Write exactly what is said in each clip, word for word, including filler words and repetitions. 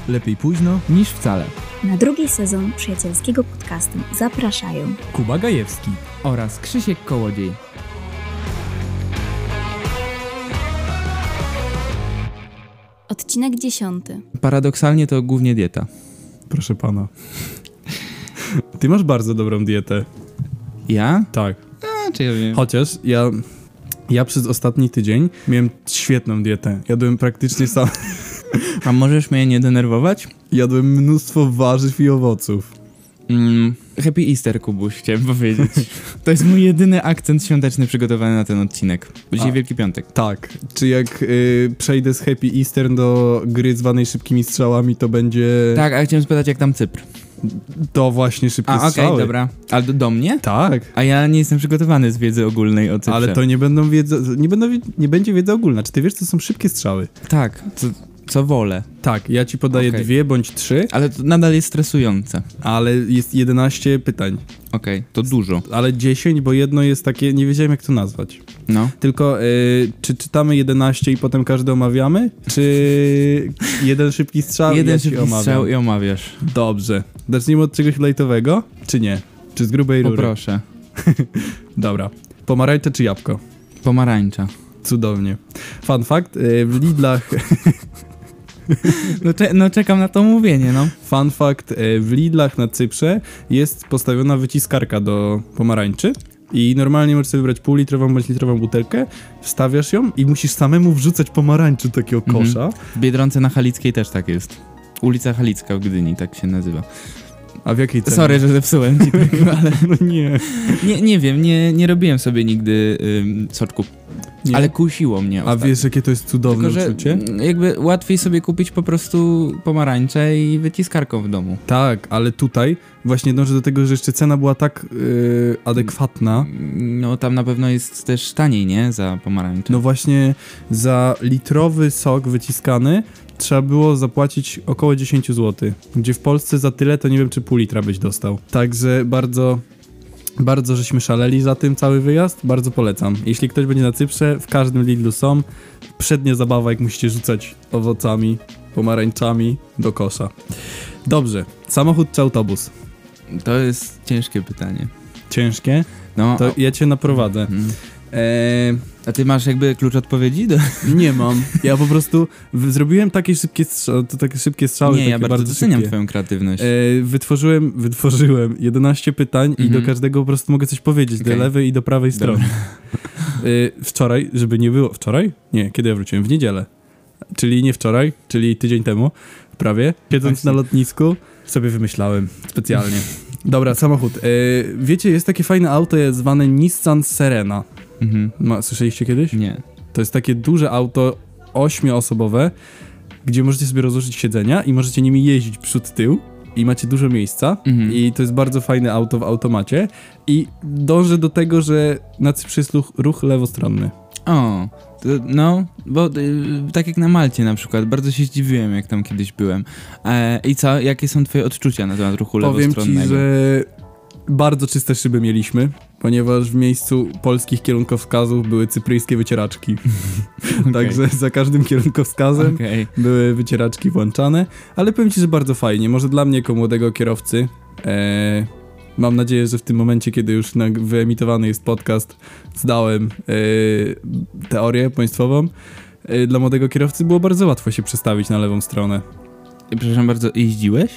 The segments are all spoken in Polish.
Lepiej późno niż wcale. Na drugi sezon przyjacielskiego podcastu zapraszają Kuba Gajewski oraz Krzysiek Kołodziej. Odcinek dziesiąty. Paradoksalnie to głównie dieta. Proszę pana. Ty masz bardzo dobrą dietę. Ja? Tak. A, czy ja wiem. Chociaż ja, ja przez ostatni tydzień miałem świetną dietę. Jadłem praktycznie sam... A możesz mnie nie denerwować? Jadłem mnóstwo warzyw i owoców. Mm, happy Easter, Kubuś, chciałem powiedzieć. To jest mój jedyny akcent świąteczny przygotowany na ten odcinek. Bo dzisiaj A, Wielki Piątek. Tak. Czy jak y, przejdę z Happy Eastern do gry zwanej szybkimi strzałami, to będzie... Tak, a chciałem spytać, jak tam Cypr. To właśnie szybkie A, okej, strzały. okay, dobra. Ale do, do mnie? Tak. A ja nie jestem przygotowany z wiedzy ogólnej o Cyprze. Ale to nie będą wiedza... Nie, będą, nie będzie wiedza ogólna. Czy ty wiesz, co są szybkie strzały? Tak, co, co wolę. Tak, ja ci podaję Okay. dwie bądź trzy. Ale to nadal jest stresujące. Ale jest jedenaście pytań. Okej, okay, to dużo. Ale dziesięć, bo jedno jest takie... Nie wiedziałem, jak to nazwać. No. Tylko y, czy czytamy jedenaście i potem każdy omawiamy? Czy jeden szybki strzał Jeden ja szybki omawiam? strzał i omawiasz. Dobrze. Zacznijmy od czegoś lightowego, czy nie? Czy z grubej rury? Poproszę. Dobra. Pomarańcze czy jabłko? Pomarańcza. Cudownie. Fun fact, y, w Lidlach... No, cze- no czekam na to mówienie, no. Fun fact, y, w Lidlach na Cyprze jest postawiona wyciskarka do pomarańczy. I normalnie możesz sobie wybrać półlitrową bądź litrową butelkę, wstawiasz ją i musisz samemu wrzucać pomarańczy do takiego kosza. Mhm. W Biedronce na Halickiej też tak jest. Ulica Halicka w Gdyni, tak się nazywa. A w jakiej cenie? Sorry, że zepsułem ci tego, ale... No nie. Nie, nie wiem, nie, nie robiłem sobie nigdy ym, soczku. nie. Ale kusiło mnie A ostatnio. wiesz, jakie to jest cudowne Tylko, że uczucie? jakby łatwiej sobie kupić po prostu pomarańcze i wyciskarką w domu. Tak, ale tutaj właśnie dążę do tego, że jeszcze cena była tak yy, adekwatna. No tam na pewno jest też taniej, nie? Za pomarańcze. No właśnie za litrowy sok wyciskany trzeba było zapłacić około dziesięć złotych, gdzie w Polsce za tyle to nie wiem, czy pół litra byś dostał. Także bardzo, bardzo żeśmy szaleli za tym cały wyjazd, bardzo polecam. Jeśli ktoś będzie na Cyprze, w każdym Lidlu są. Przednia zabawa, jak musicie rzucać owocami, pomarańczami do kosza. Dobrze, samochód czy autobus? To jest ciężkie pytanie. Ciężkie? No, To ja cię naprowadzę. Mhm. Eee, A ty masz jakby klucz odpowiedzi? Do... nie mam. Ja po prostu w, zrobiłem takie szybkie strzały, to takie szybkie strzały. Nie, takie ja bardzo doceniam szybkie. twoją kreatywność. Eee, wytworzyłem, wytworzyłem jedenaście pytań Mhm. i do każdego po prostu mogę coś powiedzieć, Okay. do lewej i do prawej Dobra. strony. Eee, wczoraj, żeby nie było... Wczoraj? Nie, kiedy ja wróciłem? W niedzielę. Czyli nie wczoraj, czyli tydzień temu, prawie. Siedząc Właśnie. na lotnisku, sobie wymyślałem specjalnie. Dobra, samochód. Eee, wiecie, jest takie fajne auto zwane Nissan Serena. Mhm. Ma, słyszeliście kiedyś? Nie. To jest takie duże auto ośmioosobowe, gdzie możecie sobie rozłożyć siedzenia i możecie nimi jeździć przód, tył i macie dużo miejsca Mhm. i to jest bardzo fajne auto w automacie i dążę do tego, że na Cyprze jest ruch, ruch lewostronny. O, to, no, bo y, tak jak na Malcie na przykład, bardzo się zdziwiłem, jak tam kiedyś byłem. E, I co, jakie są twoje odczucia na temat ruchu Powiem lewostronnego? ci, że bardzo czyste szyby mieliśmy, ponieważ w miejscu polskich kierunkowskazów były cypryjskie wycieraczki. Okay. Także za każdym kierunkowskazem Okay. były wycieraczki włączane, ale powiem ci, że bardzo fajnie. Może dla mnie jako młodego kierowcy, e, mam nadzieję, że w tym momencie, kiedy już na, wyemitowany jest podcast, zdałem e, teorię państwową. E, dla młodego kierowcy było bardzo łatwo się przestawić na lewą stronę. Przepraszam bardzo, jeździłeś?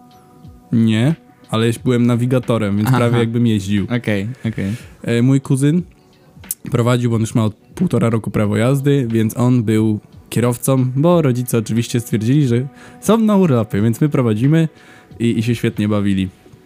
Nie, ale ja byłem nawigatorem, więc Aha. prawie jakbym jeździł. Okej, okay, okej. Okay. E, mój kuzyn prowadził, bo on już ma od półtora roku prawo jazdy, więc on był kierowcą, bo rodzice oczywiście stwierdzili, że są na urlopie, więc my prowadzimy i, i się świetnie bawili.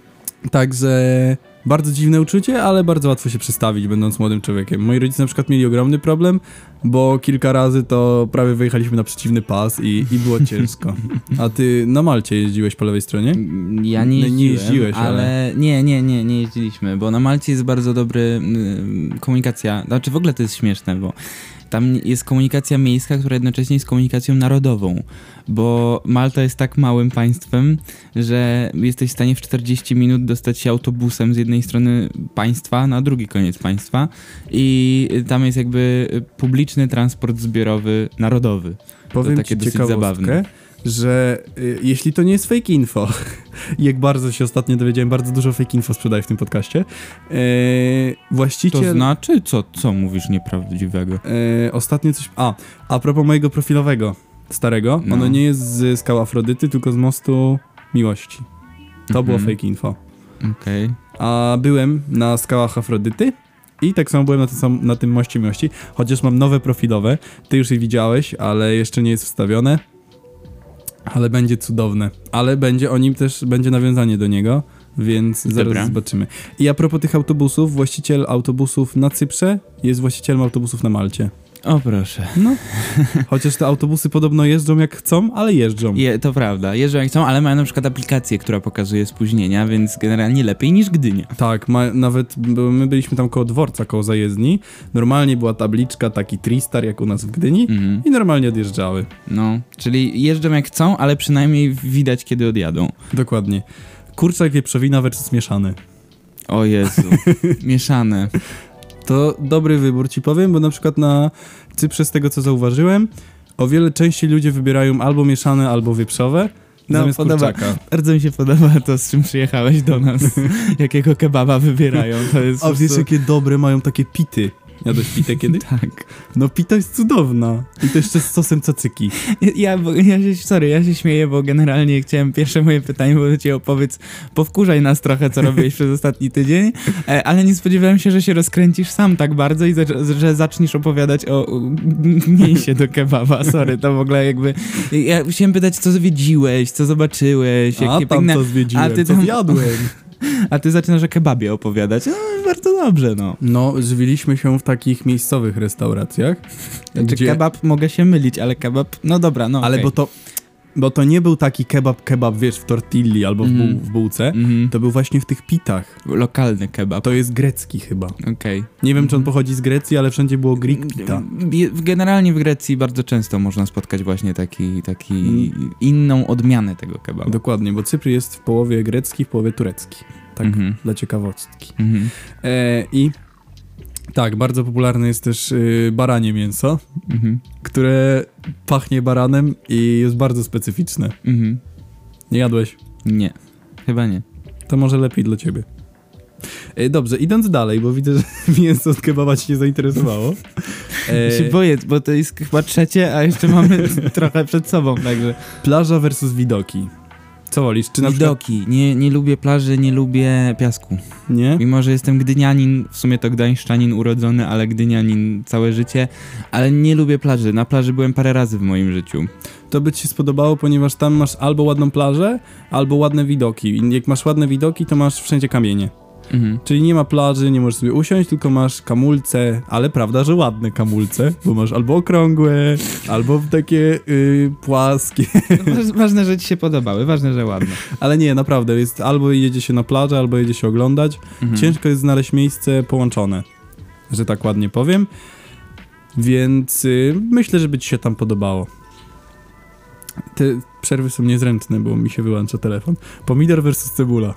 Także bardzo dziwne uczucie, ale bardzo łatwo się przestawić, będąc młodym człowiekiem. Moi rodzice na przykład mieli ogromny problem, bo kilka razy to prawie wyjechaliśmy na przeciwny pas i, i było ciężko. A ty na Malcie jeździłeś po lewej stronie? Ja nie No, jeździłem, nie jeździłeś, ale... ale- Nie, nie, nie, nie jeździliśmy, bo na Malcie jest bardzo dobry y, komunikacja, znaczy w ogóle to jest śmieszne, bo tam jest komunikacja miejska, która jednocześnie jest komunikacją narodową, bo Malta jest tak małym państwem, że jesteś w stanie w czterdzieści minut dostać się autobusem z jednej strony państwa na drugi koniec państwa i tam jest jakby publiczny transport zbiorowy narodowy. Powiem takie ci dosyć ciekawostkę, zabawne. że y, jeśli to nie jest fake info, jak bardzo się ostatnio dowiedziałem, bardzo dużo fake info sprzedaję w tym podcaście, y, właściciel... To znaczy? Co, co mówisz nieprawdziwego? Y, ostatnio coś... A, a propos mojego profilowego starego, No. ono nie jest z skał Afrodyty, tylko z Mostu Miłości. To Mhm. było fake info. Okej. Okay. A byłem na skałach Afrodyty i tak samo byłem na tym, sam- na tym Moście Miłości, chociaż mam nowe profilowe. Ty już je widziałeś, ale jeszcze nie jest wstawione. Ale będzie cudowne. Ale będzie o nim też, będzie nawiązanie do niego, więc zaraz Dobra. zobaczymy. I a propos tych autobusów, właściciel autobusów na Cyprze jest właścicielem autobusów na Malcie. O proszę. No. Chociaż te autobusy podobno jeżdżą jak chcą, ale jeżdżą. Je, to prawda, jeżdżą jak chcą, ale mają na przykład aplikację, która pokazuje spóźnienia, więc generalnie lepiej niż Gdynia. Tak, ma, nawet bo my byliśmy tam koło dworca, koło zajezdni. Normalnie była tabliczka, taki Tristar jak u nas w Gdyni Mhm. i normalnie odjeżdżały. No, czyli jeżdżą jak chcą, ale przynajmniej widać, kiedy odjadą. Dokładnie. Kurczak wieprzowina versus mieszany. O Jezu, mieszane. To dobry wybór ci powiem, bo na przykład na Cyprze z tego co zauważyłem, o wiele częściej ludzie wybierają albo mieszane, albo wieprzowe No, zamiast podoba, kurczaka. bardzo mi się podoba to, z czym przyjechałeś do nas. Jakiego kebaba wybierają, to jest A po wiesz prostu... jakie dobre mają takie pity. Jadłeś pitę kiedyś? Tak. No pita jest cudowna. I to jeszcze z sosem cacyki. Ja, bo, ja się, sorry, ja się śmieję, bo generalnie chciałem, pierwsze moje pytanie było do ciebie, opowiedz, powkurzaj nas trochę, co robiłeś przez ostatni tydzień, e, ale nie spodziewałem się, że się rozkręcisz sam tak bardzo i za, że zaczniesz opowiadać o, o mięsie do kebaba, sorry, to w ogóle jakby, ja chciałem pytać, co zwiedziłeś, co zobaczyłeś, A jakie tam piękne... co zwiedziłem, a ty co tam- zjadłem. A ty zaczynasz o kebabie opowiadać, no bardzo dobrze, no. No, żywiliśmy się w takich miejscowych restauracjach. Znaczy gdzie- kebab, mogę się mylić, ale kebab, no dobra, no Ale okej. bo to... Bo to nie był taki kebab, kebab, wiesz, w tortilli albo w, Mhm. buł, w bułce. Mhm. To był właśnie w tych pitach. Lokalny kebab, To jest grecki chyba. okej. Nie wiem, czy on pochodzi z Grecji, ale wszędzie było Greek pita. W- Generalnie w Grecji bardzo często można spotkać właśnie taki, taki Mm. inną odmianę tego kebabu. Dokładnie, bo Cypr jest w połowie grecki, w połowie turecki. Tak, Mhm. dla ciekawostki. Mhm. E, I tak, bardzo popularne jest też y, baranie mięso, Mhm. które pachnie baranem i jest bardzo specyficzne. Mhm. Nie jadłeś? Nie, chyba nie. To może lepiej dla ciebie. E, dobrze, idąc dalej, bo widzę, że mięso od kebaba cię nie zainteresowało. Ja się E, boję, bo to jest chyba trzecie, a jeszcze mamy trochę przed sobą, także... plaża versus widoki. Co wolisz? Czy na przykład... Widoki. Nie, nie lubię plaży, nie lubię piasku. Nie? Mimo, że jestem gdynianin, w sumie to gdańszczanin urodzony, ale gdynianin całe życie, ale nie lubię plaży. Na plaży byłem parę razy w moim życiu. To by ci się spodobało, ponieważ tam masz albo ładną plażę, albo ładne widoki. I jak masz ładne widoki, to masz wszędzie kamienie. Mhm. Czyli nie ma plaży, nie możesz sobie usiąść, tylko masz kamulce, ale prawda, że ładne kamulce, bo masz albo okrągłe, albo takie y, płaskie. No, waż- ważne, że ci się podobały, ważne, że ładne. Ale nie, naprawdę, jest albo jedzie się na plażę, albo jedzie się oglądać. Mhm. Ciężko jest znaleźć miejsce połączone, że tak ładnie powiem. Więc y, myślę, że by ci się tam podobało. Te przerwy są niezręczne, bo mi się wyłącza telefon. Pomidor versus cebula.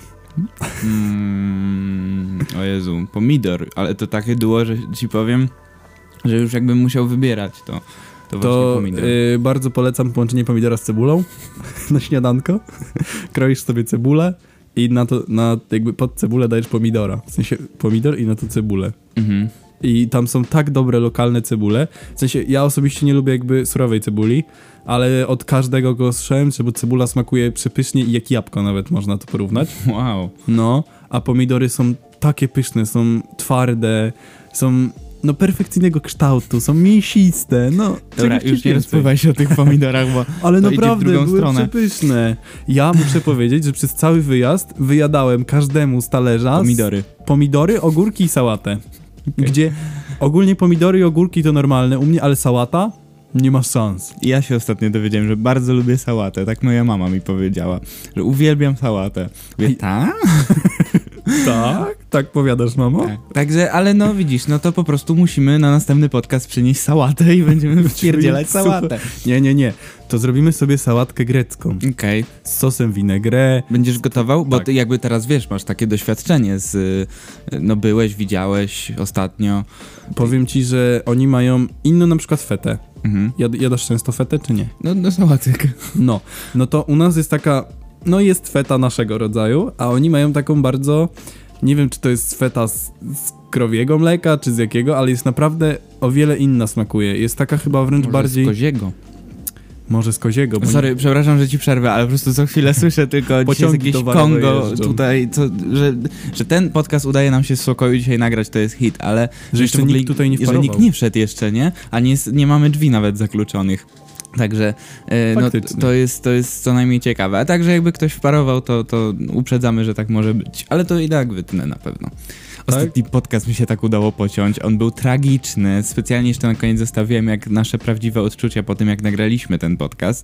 Mm, o Jezu, pomidor, ale to takie duo, że ci powiem, że już jakbym musiał wybierać, to, to, To właśnie pomidor. y, bardzo polecam połączenie pomidora z cebulą na śniadanko. Kroisz sobie cebulę i na to, na, jakby pod cebulę dajesz pomidora. W sensie pomidor i na to cebulę. Mhm. I tam są tak dobre lokalne cebule. W sensie ja osobiście nie lubię jakby surowej cebuli, ale od każdego go słyszałem, że bo cebula smakuje przepysznie i jak jabłko nawet można to porównać. Wow. No, a pomidory są takie pyszne, są twarde, są no perfekcyjnego kształtu, są mięsiste, no. Dobra, czego już chcieć nie więcej? rozpływaj się o tych pomidorach, bo Ale to idzie w naprawdę drugą były stronę. przepyszne. Ja muszę powiedzieć, że przez cały wyjazd wyjadałem każdemu z talerza z- Pomidory. pomidory, ogórki i sałatę. Gdzie ogólnie pomidory i ogórki to normalne u mnie, ale sałata nie ma szans. Ja się ostatnio dowiedziałem, że bardzo lubię sałatę. Tak moja mama mi powiedziała, że uwielbiam sałatę. Mówię, tak? Tak? Tak powiadasz, mamo? Tak. Także, ale no widzisz, no to po prostu musimy na następny podcast przynieść sałatę i będziemy wpierdzielać sałatę. Nie, nie, nie. To zrobimy sobie sałatkę grecką Okej. z sosem vinaigrette. Będziesz gotował? Bo Tak. ty jakby teraz wiesz, masz takie doświadczenie z... y, No byłeś, widziałeś ostatnio. Powiem ci, że oni mają inną na przykład fetę. Mhm. Jad, jadasz często fetę, czy nie? No, no sałatyk. No, no to u nas jest taka, no jest feta naszego rodzaju, a oni mają taką bardzo, nie wiem czy to jest feta z, z krowiego mleka, czy z jakiego, ale jest naprawdę o wiele inna smakuje. Jest taka chyba wręcz Może bardziej... z koziego. Może z koziego. Bo Sorry, nie... przepraszam, że ci przerwę, ale po prostu co chwilę słyszę tylko dzisiaj jest jakieś Kongo jeżdżą. tutaj, co, że, że ten podcast udaje nam się z spokoju dzisiaj nagrać, to jest hit, ale Że jeszcze nikt tutaj nie że wparował. nikt nie wszedł jeszcze, nie? A nie, jest, nie mamy drzwi nawet zakluczonych. Także e, no, to, jest, to jest co najmniej ciekawe. A także jakby ktoś wparował, to, to uprzedzamy, że tak może być. Ale to i tak wytnę na pewno. Ostatni tak? podcast mi się tak udało pociąć. On był tragiczny. Specjalnie jeszcze na koniec zostawiłem jak nasze prawdziwe odczucia po tym, jak nagraliśmy ten podcast.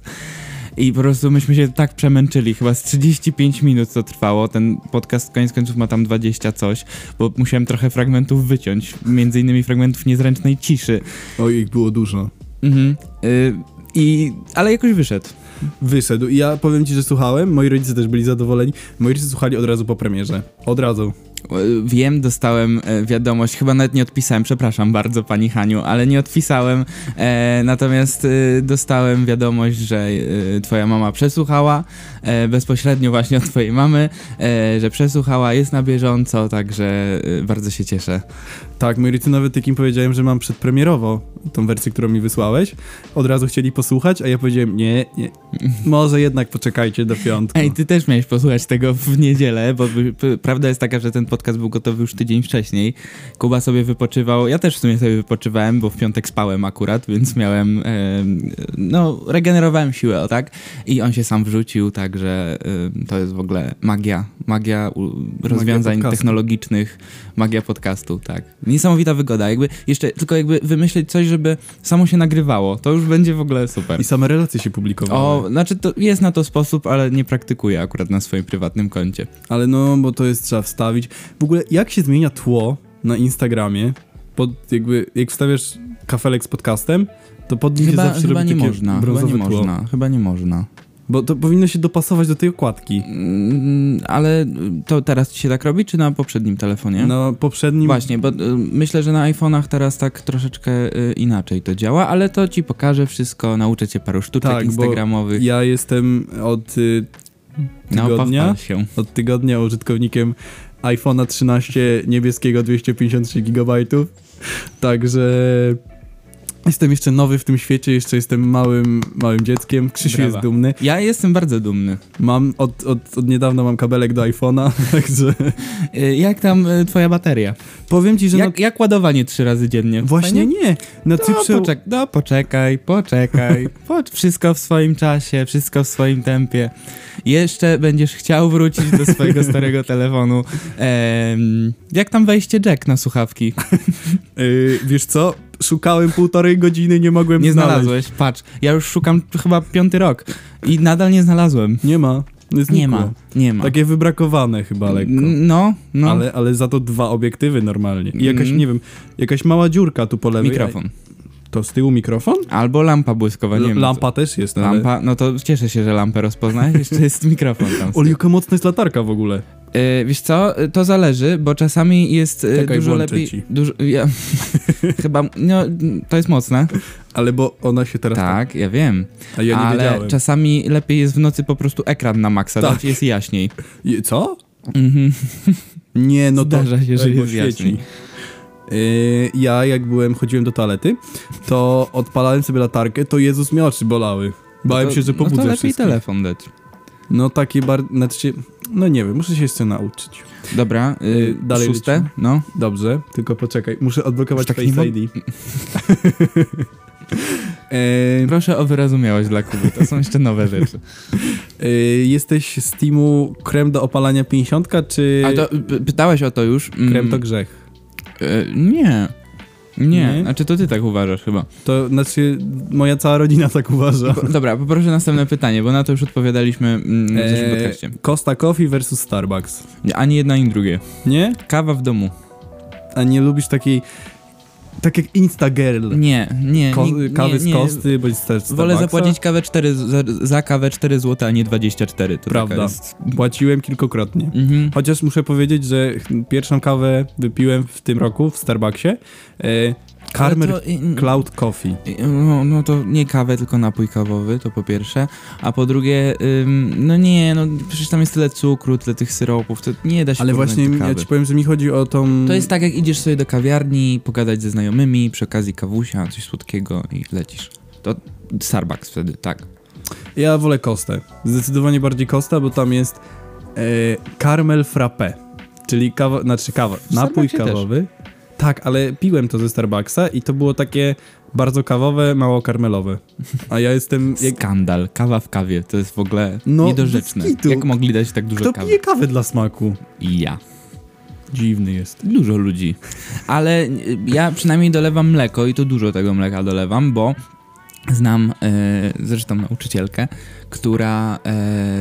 I po prostu myśmy się tak przemęczyli. Chyba z trzydzieści pięć minut to trwało. Ten podcast koniec końców ma tam dwadzieścia coś, bo musiałem trochę fragmentów wyciąć. Między innymi fragmentów niezręcznej ciszy. Oj, ich było dużo. Mhm. Y- I, ale jakoś wyszedł. Wyszedł. I ja powiem ci, że słuchałem. Moi rodzice też byli zadowoleni. Moi rodzice słuchali od razu po premierze. Od razu. Wiem, dostałem wiadomość, chyba nawet nie odpisałem, przepraszam bardzo pani Haniu, ale nie odpisałem, e, natomiast e, dostałem wiadomość, że e, twoja mama przesłuchała, e, bezpośrednio właśnie od twojej mamy, e, że przesłuchała, jest na bieżąco, także e, bardzo się cieszę. Tak, moi rodzice nawet takim powiedziałem, że mam przedpremierowo tą wersję, którą mi wysłałeś. Od razu chcieli posłuchać, a ja powiedziałem nie, nie, może jednak poczekajcie do piątku. Ej, ty też miałeś posłuchać tego w niedzielę, bo p- prawda jest taka, że ten podcast był gotowy już tydzień wcześniej. Kuba sobie wypoczywał, ja też w sumie sobie wypoczywałem, bo w piątek spałem akurat, więc miałem, e, no, regenerowałem siłę, o tak? I on się sam wrzucił, także e, to jest w ogóle magia, magia u, rozwiązań magia technologicznych, magia podcastu, tak. Niesamowita wygoda, jakby jeszcze tylko jakby wymyśleć coś, żeby samo się nagrywało, to już będzie w ogóle super. I same relacje się publikowały. O, znaczy to jest na to sposób, ale nie praktykuję akurat na swoim prywatnym koncie. Ale no, bo to jest trzeba wstawić. W ogóle jak się zmienia tło na Instagramie, pod jakby, jak wstawiasz kafelek z podcastem, to pod nim Chyba, się zawsze chyba robi nie takie można, brązowe chyba nie tło. można, chyba nie można. Bo to powinno się dopasować do tej okładki. Mm, ale to teraz ci się tak robi, czy na poprzednim telefonie? Na poprzednim... Właśnie, bo y, myślę, że na iPhone'ach teraz tak troszeczkę y, inaczej to działa, ale to ci pokażę wszystko, nauczę cię paru sztuczek tak, instagramowych. Ja jestem od y, No, tygodnia, pochwal się. od tygodnia użytkownikiem iPhone'a trzynaście niebieskiego dwieście pięćdziesiąt trzy gigabajtów, także jestem jeszcze nowy w tym świecie, jeszcze jestem małym, małym dzieckiem. Krzysiu Brawa. jest dumny. Ja jestem bardzo dumny. Mam od, od, od niedawna mam kabelek do iPhone'a, także Y, jak tam y, twoja bateria? powiem ci, że Jak, no, jak ładowanie trzy razy dziennie? właśnie Fajnie? nie. Na No, cyfrze... poczek- no poczekaj, poczekaj. Po- wszystko w swoim czasie, wszystko w swoim tempie. Jeszcze będziesz chciał wrócić do swojego starego telefonu. Ehm, jak tam wejście jack na słuchawki? Yy, wiesz co? Szukałem półtorej godziny, nie mogłem Nie znaleźć. znalazłeś? Patrz, ja już szukam chyba piąty rok i nadal nie znalazłem. Nie ma. Znikło. Nie ma, nie ma. Takie wybrakowane chyba lekko. No, no. Ale, ale za to dwa obiektywy normalnie. I jakaś, Mm. nie wiem, jakaś mała dziurka tu po lewej. Mikrofon. To z tyłu mikrofon? Albo lampa błyskowa, nie L- wiem. lampa też jest, ale... Lampa, no to cieszę się, że lampę rozpoznałeś, jeszcze jest mikrofon tam. O, jaka mocna jest latarka w ogóle. Yy, wiesz co, to zależy, bo czasami jest yy, Czekaj, dużo włączę lepiej... ci. Dużo, ja, chyba, no, to jest mocne. Ale bo ona się teraz... Tak, ja wiem. A ja nie ale wiedziałem. czasami lepiej jest w nocy po prostu ekran na maksa Tak. dać, jest jaśniej. Je- Co? Mhm. Nie, no to... Zdarza się, że Ej, bo jest świeci. jaśniej. Yy, ja jak byłem, chodziłem do toalety, to odpalałem sobie latarkę, to Jezus, mnie oczy bolały. Bałem No to- się, że pobudzę No to lepiej wszystkich. telefon dać. No takie bardzo... Znaczy, no nie wiem, muszę się jeszcze nauczyć. Dobra, yy, Yy, dalej szóste, lecimy. no. Dobrze, tylko poczekaj, muszę odblokować Już tak Face nie I D. Yy, Proszę o wyrozumiałość dla Kuby, to są jeszcze nowe rzeczy. yy, jesteś z teamu krem do opalania pięćdziesiątka, czy A to p- pytałeś o to już? Mm, krem to grzech? yy, nie. Nie, Nie? znaczy to ty tak uważasz chyba. To znaczy, moja cała rodzina tak uważa. Po, dobra, poproszę następne pytanie, bo na to już odpowiadaliśmy mm, w zeszłym Eee, podcaście. Costa Coffee versus Starbucks. Ani jedno, ani drugie. Nie? Kawa w domu. A nie lubisz takiej, tak jak Instagirl, Nie, nie. Ko- nie kawy nie, z nie. kosty, bądź z Starbucksa? Wolę zapłacić kawę cztery, za, za kawę cztery złote, a nie dwadzieścia cztery. To Prawda. taka jest... Płaciłem kilkukrotnie. Mhm. Chociaż muszę powiedzieć, że ch- pierwszą kawę wypiłem w tym roku w Starbucksie. E, Caramel Ale to, y, Cloud Coffee. No, no to nie kawę, tylko napój kawowy, to po pierwsze. A po drugie, ym, no nie, no przecież tam jest tyle cukru, tyle tych syropów, to nie da się Ale porównać właśnie do kawy. ja ci powiem, że mi chodzi o tą... To jest tak, jak idziesz sobie do kawiarni, pogadać ze znajomymi, przy okazji kawusia, coś słodkiego i lecisz. To Starbucks wtedy, tak. Ja wolę Kostę. Zdecydowanie bardziej Kosta, bo tam jest e, caramel frappé, czyli kawa, znaczy kawa, napój Starbucksie kawowy. Tak, ale piłem to ze Starbucksa i to było takie bardzo kawowe, mało karmelowe. A ja jestem... Jak... Skandal. Kawa w kawie, to jest w ogóle No, niedorzeczne. bez kitu. Jak mogli dać tak dużo Kto kawy? pije kawę dla smaku? I ja. Dziwny jest. Dużo ludzi. Ale y, ja przynajmniej dolewam mleko i to dużo tego mleka dolewam, bo znam e, zresztą nauczycielkę, która e,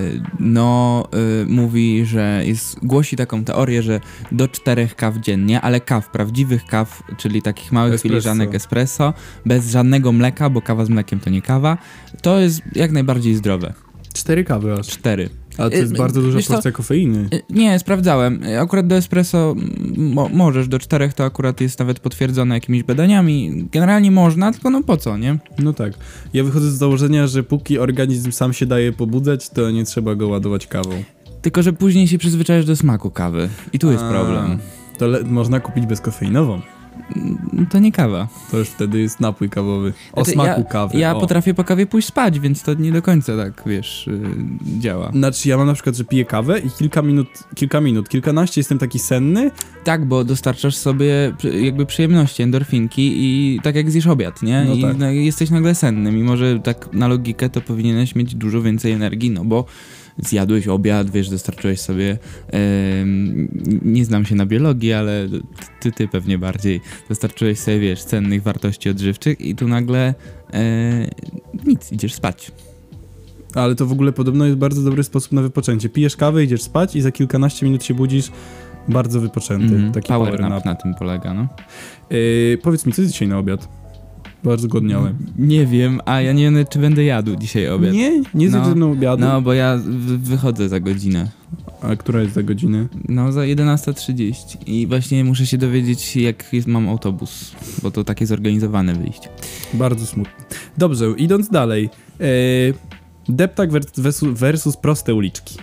no e, mówi, że jest, głosi taką teorię, że do czterech kaw dziennie, ale kaw, prawdziwych kaw, czyli takich małych Espresso. filiżanek espresso, bez żadnego mleka, bo kawa z mlekiem to nie kawa, to jest jak najbardziej zdrowe. Cztery kawy aż. Cztery. Ale to jest Y, bardzo duża wiesz co? porcja kofeiny. Y, Nie, sprawdzałem. Y, Akurat do espresso mo- możesz, do czterech to akurat jest nawet potwierdzone jakimiś badaniami. Generalnie można, tylko no po co, nie? No tak. Ja wychodzę z założenia, że póki organizm sam się daje pobudzać, to nie trzeba go ładować kawą. Tylko, że później się przyzwyczajasz do smaku kawy. I tu jest A, problem. To le- można kupić bezkofeinową. Mm, To nie kawa. To już wtedy jest napój kawowy. O Znaczy, smaku ja, kawy. Ja o. potrafię po kawie pójść spać, więc to nie do końca tak, wiesz, yy, działa. Znaczy ja mam na przykład, że piję kawę i kilka minut, kilka minut, kilkanaście jestem taki senny. Tak, bo dostarczasz sobie przy- jakby przyjemności, endorfinki i tak jak zjesz obiad, nie? No I tak. no, jesteś nagle senny, mimo że tak na logikę to powinieneś mieć dużo więcej energii, no bo zjadłeś obiad, wiesz, dostarczyłeś sobie, em, nie znam się na biologii, ale ty, ty pewnie bardziej, dostarczyłeś sobie, wiesz, cennych wartości odżywczych i tu nagle e, nic, idziesz spać. Ale to w ogóle podobno jest bardzo dobry sposób na wypoczęcie. Pijesz kawę, idziesz spać i za kilkanaście minut się budzisz bardzo wypoczęty. Mhm. Taki Power, power nap, nap. na tym polega, no. Yy, powiedz mi, co jest dzisiaj na obiad? Bardzo głodniałem. Nie wiem, a ja nie wiem, czy będę jadł dzisiaj obiad. Nie? Nie zjedz No. ze mną obiadu? No, bo ja wy- wychodzę za godzinę. A która jest za godzinę? No, za jedenasta trzydzieści. I właśnie muszę się dowiedzieć, jak jest, mam autobus, bo to takie zorganizowane wyjście. Bardzo smutne. Dobrze, idąc dalej. Yy, deptak versus, versus proste uliczki.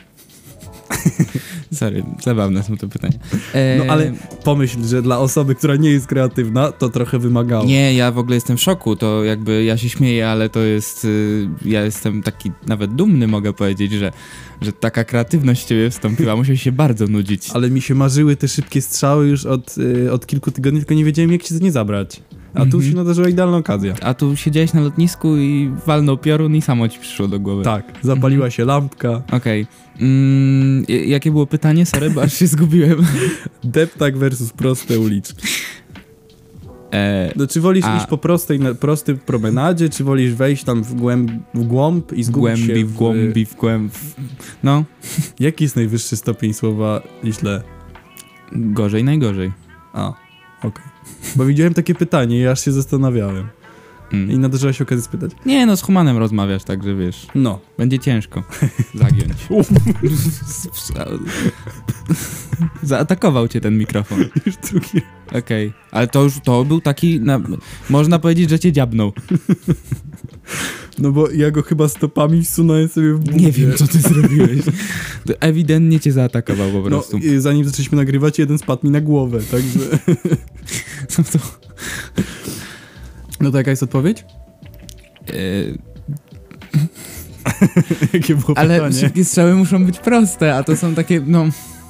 Sorry, zabawne są te pytania. E, No ale pomyśl, że dla osoby, która nie jest kreatywna, to trochę wymagało. Nie, ja w ogóle jestem w szoku, to jakby ja się śmieję, ale to jest, y, ja jestem taki nawet dumny, mogę powiedzieć, że, że taka kreatywność w ciebie wstąpiła, musiał się bardzo nudzić. Ale mi się marzyły te szybkie strzały już od, y, od kilku tygodni, tylko nie wiedziałem, jak się za nie zabrać. A tu Mhm. się nadarzyła idealna okazja. A tu siedziałeś na lotnisku i walnął piorun i samo ci przyszło do głowy. Tak, zapaliła się lampka. Okej. Mm, j- jakie było pytanie? Sorry, bo aż się zgubiłem. Deptak versus proste uliczki. E, No, czy wolisz A- iść po prostej, na, prostej promenadzie, czy wolisz wejść tam w głęb, w głąb i w zgubić się głębi, w... w głębi, w głęb. w- No, Jaki jest najwyższy stopień słowa źle? gorzej, najgorzej. A, okej. Bo widziałem takie pytanie i aż się zastanawiałem. I Mm. nadarzyła się okazja spytać. Nie, no z Humanem rozmawiasz, także wiesz, No. będzie ciężko zagiąć. Zaatakował cię ten mikrofon. Już drugi. Okej, ale to już, to był taki, na, można powiedzieć, że cię dziabnął. No bo ja go chyba stopami wsunąłem sobie w budzie. Nie wiem, co ty zrobiłeś. To ewidentnie cię zaatakował po prostu. No, i zanim zaczęliśmy nagrywać, jeden spadł mi na głowę, także... No to... No to jaka jest odpowiedź? Yy, Jakie było ale pytanie? szybkie strzały muszą być proste, a to są takie, no...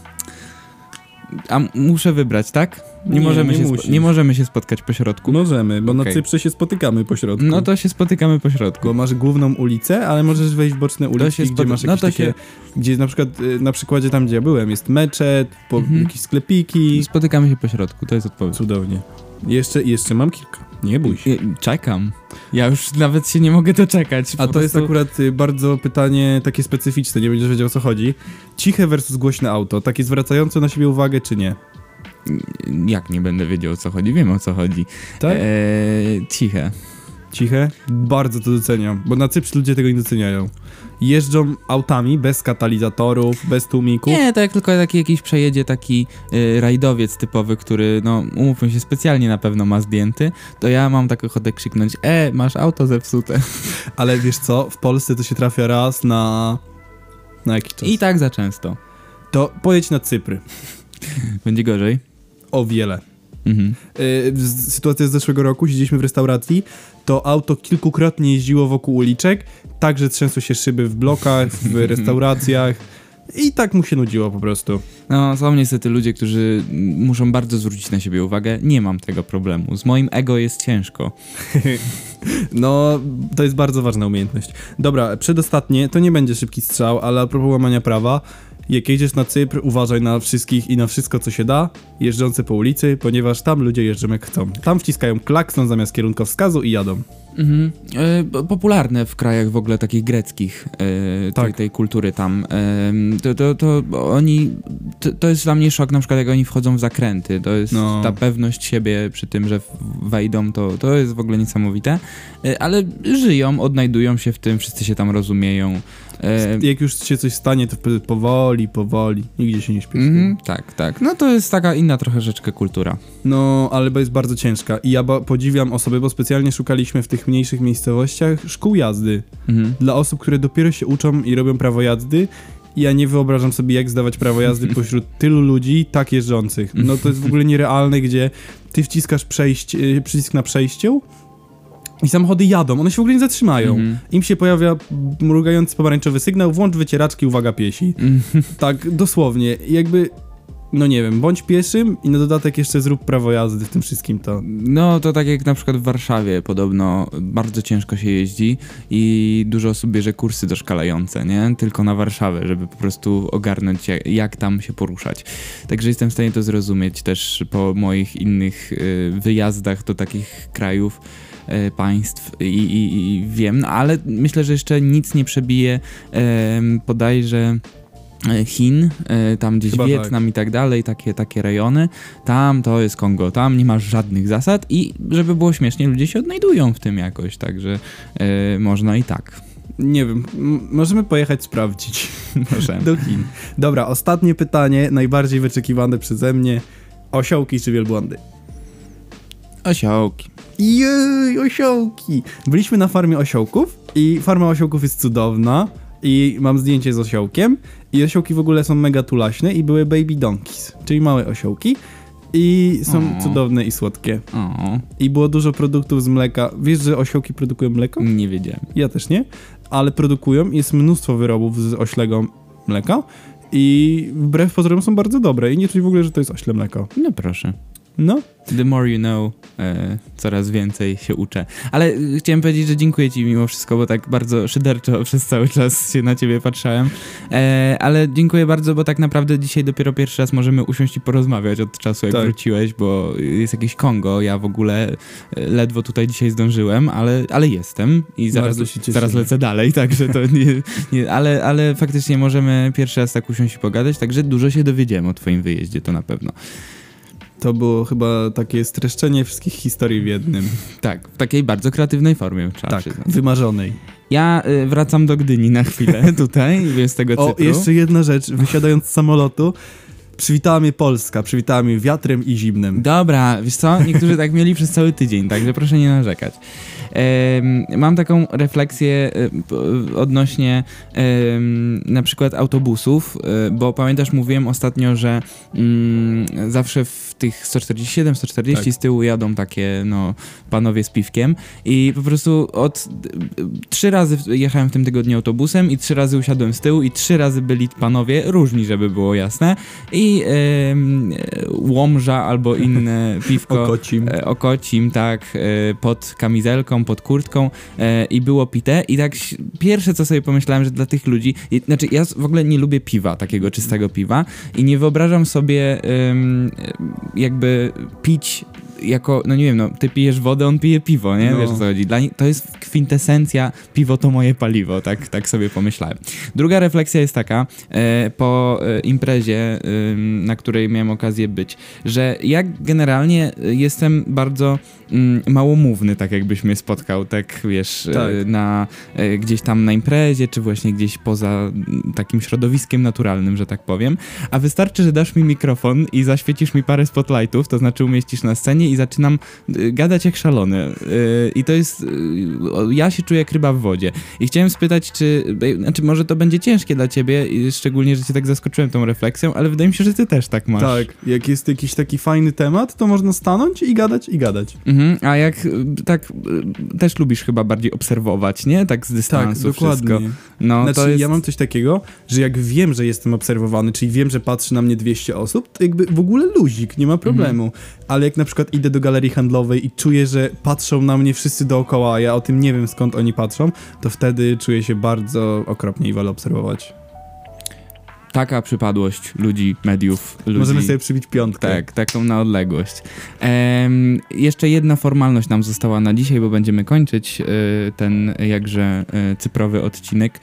A m- muszę wybrać, tak? Nie, Nie, możemy, nie się musisz. spo- nie możemy się spotkać po środku. Możemy, bo Okej. na Cyprze się spotykamy po środku. No to się spotykamy po środku. Bo masz główną ulicę, ale możesz wejść w boczne uliczki, się gdzie spoty- masz no jakieś to takie... się- Gdzie na przykład, y, na przykładzie tam, gdzie ja byłem, jest meczet, po, Mhm. jakieś sklepiki. Spotykamy się po środku, to jest odpowiedź. Cudownie. Jeszcze, jeszcze mam kilka. Nie bój się. I- Czekam. Ja już nawet się nie mogę doczekać. A po to jest prostu- akurat y, bardzo pytanie takie specyficzne, nie będziesz wiedział, o co chodzi. Ciche versus głośne auto, takie zwracające na siebie uwagę, czy nie? Jak nie będę wiedział, o co chodzi? Wiem, o co chodzi. Tak? Eee, ciche. Ciche? Bardzo to doceniam, bo na Cyprze ludzie tego nie doceniają. Jeżdżą autami bez katalizatorów, bez tłumików. Nie, to jak tylko taki jakiś przejedzie taki y, rajdowiec typowy, który, no umówmy się, specjalnie na pewno ma zdjęty, to ja mam taką ochotę krzyknąć: e, masz auto zepsute. Ale wiesz co, w Polsce to się trafia raz na... na jakiś czas. I tak za często. To pojedź na Cypry. Będzie gorzej. O wiele. Mhm. Yy, sytuacja z zeszłego roku, siedzieliśmy w restauracji, to auto kilkukrotnie jeździło wokół uliczek, tak, że trzęsły się szyby w blokach, w restauracjach i tak mu się nudziło po prostu. No, są niestety ludzie, którzy muszą bardzo zwrócić na siebie uwagę. Nie mam tego problemu. Z moim ego jest ciężko. No, to jest bardzo ważna umiejętność. Dobra, przedostatnie, to nie będzie szybki strzał, ale a propos łamania prawa, jak jedziesz na Cypr, uważaj na wszystkich i na wszystko, co się da, jeżdżące po ulicy, ponieważ tam ludzie jeżdżą jak chcą. Tam wciskają klakson zamiast kierunkowskazu i jadą. Mhm. E, popularne w krajach w ogóle takich greckich, e, Tak. tej, tej kultury tam. E, to, to, to oni, to, to jest dla mnie szok, na przykład jak oni wchodzą w zakręty. To jest No. ta pewność siebie przy tym, że wejdą, to, to jest w ogóle niesamowite. E, ale żyją, odnajdują się w tym, wszyscy się tam rozumieją. E, Jak już się coś stanie, to wtedy powoli, powoli, nigdzie się nie śpieszy. mhm, tak, tak. No to jest taka inna trochę rzeczka kultura. No, ale bo jest bardzo ciężka i ja ba- podziwiam osoby, bo specjalnie szukaliśmy w tych mniejszych miejscowościach szkół jazdy Mhm. dla osób, które dopiero się uczą i robią prawo jazdy. Ja nie wyobrażam sobie, jak zdawać prawo jazdy pośród tylu ludzi tak jeżdżących. No to jest w ogóle nierealne, gdzie ty wciskasz przejść, yy, przycisk na przejściu i samochody jadą, one się w ogóle nie zatrzymają. Mhm. Im się pojawia mrugający pomarańczowy sygnał, włącz wycieraczki, uwaga piesi. Tak, dosłownie. Jakby, no nie wiem, bądź pieszym i na dodatek jeszcze zrób prawo jazdy w tym wszystkim to. No to tak jak na przykład w Warszawie podobno bardzo ciężko się jeździ i dużo osób bierze kursy doszkalające, nie? Tylko na Warszawę, żeby po prostu ogarnąć jak, jak tam się poruszać. Także jestem w stanie to zrozumieć też po moich innych y, wyjazdach do takich krajów, y, państw i, i, i wiem, no, ale myślę, że jeszcze nic nie przebije y, bodajże Chin, tam gdzieś Chyba Wietnam tak. i tak dalej, takie, takie rejony, tam to jest Kongo, tam nie masz żadnych zasad i żeby było śmiesznie, ludzie się odnajdują w tym jakoś, także e, można i tak. Nie wiem, m- możemy pojechać sprawdzić. Możemy. Do Chin. Dobra, ostatnie pytanie, najbardziej wyczekiwane przeze mnie. Osiołki czy wielbłądy? Osiołki. Jej, osiołki! Byliśmy na farmie osiołków i farma osiołków jest cudowna i mam zdjęcie z osiołkiem i osiołki w ogóle są mega tulaśne i były baby donkeys, czyli małe osiołki i są O. cudowne i słodkie. O, I było dużo produktów z mleka. Wiesz, że osiołki produkują mleko? nie wiedziałem. Ja też nie, ale produkują. Jest mnóstwo wyrobów z oślego mleka i wbrew pozorom są bardzo dobre i nie czuć w ogóle, że to jest ośle mleko. No proszę. No, The more you know, e, coraz więcej się uczę. Ale e, chciałem powiedzieć, że dziękuję ci mimo wszystko, bo tak bardzo szyderczo przez cały czas się na ciebie patrzałem. E, ale dziękuję bardzo, bo tak naprawdę dzisiaj dopiero pierwszy raz możemy usiąść i porozmawiać od czasu, jak Tak. wróciłeś, bo jest jakieś Kongo. Ja w ogóle e, ledwo tutaj dzisiaj zdążyłem, ale, ale jestem i zaraz, Bardzo się cieszymy. zaraz lecę dalej, także to nie... nie ale, ale faktycznie możemy pierwszy raz tak usiąść i pogadać, także dużo się dowiedziałem o twoim wyjeździe, to na pewno. to było chyba takie streszczenie wszystkich historii w jednym. Tak, w takiej bardzo kreatywnej formie, trzeba Tak, przyznać. wymarzonej. Ja y, wracam do Gdyni na chwilę tutaj, z tego O, Cypru. jeszcze jedna rzecz. Wysiadając z samolotu, przywitała mnie Polska, przywitała mnie wiatrem i zimnem. Dobra, wiesz co, niektórzy tak mieli przez cały tydzień, także proszę nie narzekać. Em, mam taką refleksję e, p- odnośnie em, na przykład autobusów, e, bo pamiętasz, mówiłem ostatnio, że mm, zawsze w tych sto czterdzieści siedem, sto czterdzieści Tak. z tyłu jadą takie no panowie z piwkiem i po prostu od e, trzy razy w- jechałem w tym tygodniu autobusem i trzy razy usiadłem z tyłu i trzy razy byli panowie, różni, żeby było jasne, i em, Łomża albo inne piwko. Okocim. E, Okocim, tak, e, pod kamizelką, pod kurtką e, i było pite i tak ś- pierwsze co sobie pomyślałem, że dla tych ludzi, i, znaczy ja s- w ogóle nie lubię piwa, takiego czystego piwa i nie wyobrażam sobie em, jakby pić jako, no nie wiem, no ty pijesz wodę, on pije piwo, nie? No. Wiesz o co chodzi. Dla, to jest kwintesencja, piwo to moje paliwo, tak, tak sobie pomyślałem. Druga refleksja jest taka, e, po e, imprezie, e, na której miałem okazję być, że ja generalnie jestem bardzo mm, małomówny, tak jakbyś mnie spotkał, tak wiesz, Tak. E, na, e, gdzieś tam na imprezie, czy właśnie gdzieś poza m, takim środowiskiem naturalnym, że tak powiem, a wystarczy, że dasz mi mikrofon i zaświecisz mi parę spotlightów, to znaczy umieścisz na scenie i zaczynam y, gadać jak szalony. Y, I to jest... Y, ja się czuję jak ryba w wodzie. I chciałem spytać, czy... Y, znaczy, może to będzie ciężkie dla ciebie, y, szczególnie, że cię tak zaskoczyłem tą refleksją, ale wydaje mi się, że ty też tak masz. Tak, jak jest jakiś taki fajny temat, to można stanąć i gadać, i gadać. Mhm, a jak y, tak y, też lubisz chyba bardziej obserwować, nie? Tak z dystansu Tak, dokładnie. wszystko. No, Znaczy, to jest... ja mam coś takiego, że jak wiem, że jestem obserwowany, czyli wiem, że patrzy na mnie dwieście osób, to jakby w ogóle luzik, nie ma problemu. Mhm. Ale jak na przykład idę do galerii handlowej i czuję, że patrzą na mnie wszyscy dookoła, a ja o tym nie wiem, skąd oni patrzą, to wtedy czuję się bardzo okropnie i wolę obserwować. Taka przypadłość ludzi, mediów, ludzi. Możemy sobie przybić piątkę. Tak, taką na odległość. Ehm, jeszcze jedna formalność nam została na dzisiaj, bo będziemy kończyć e, ten jakże e, cyfrowy odcinek.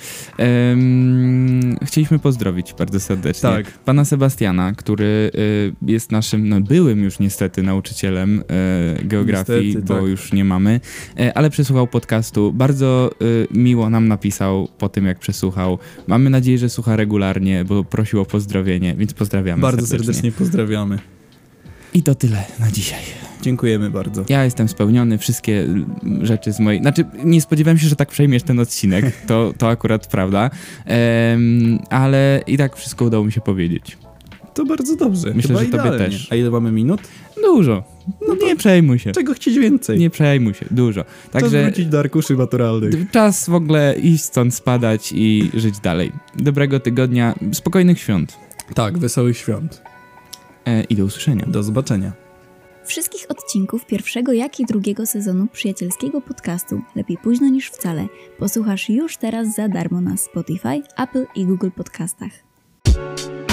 Ehm, chcieliśmy pozdrowić bardzo serdecznie Tak. pana Sebastiana, który e, jest naszym, no byłym już niestety nauczycielem e, geografii, Niestety, bo tak. już nie mamy, e, ale przesłuchał podcastu. Bardzo e, miło nam napisał po tym, jak przesłuchał. Mamy nadzieję, że słucha regularnie, bo prosił o pozdrowienie, więc pozdrawiamy Bardzo serdecznie. serdecznie pozdrawiamy. I to tyle na dzisiaj. Dziękujemy bardzo. Ja jestem spełniony, wszystkie rzeczy z mojej... Znaczy, nie spodziewałem się, że tak przejmiesz ten odcinek, to, to akurat prawda, um, ale i tak wszystko udało mi się powiedzieć. To bardzo dobrze. Myślę, Chyba że tobie idealnie. też. A ile mamy minut? Dużo. No nie przejmuj się. Czego chcieć więcej? Nie przejmuj się. Dużo. Czas Także wrócić do arkuszy maturalnych. czas w ogóle iść stąd, spadać i żyć dalej. Dobrego tygodnia, spokojnych świąt Tak, wesołych świąt. e, i do usłyszenia. Do zobaczenia. Wszystkich odcinków pierwszego, jak i drugiego sezonu przyjacielskiego podcastu Lepiej późno niż wcale posłuchasz już teraz za darmo na Spotify, Apple i Google Podcastach.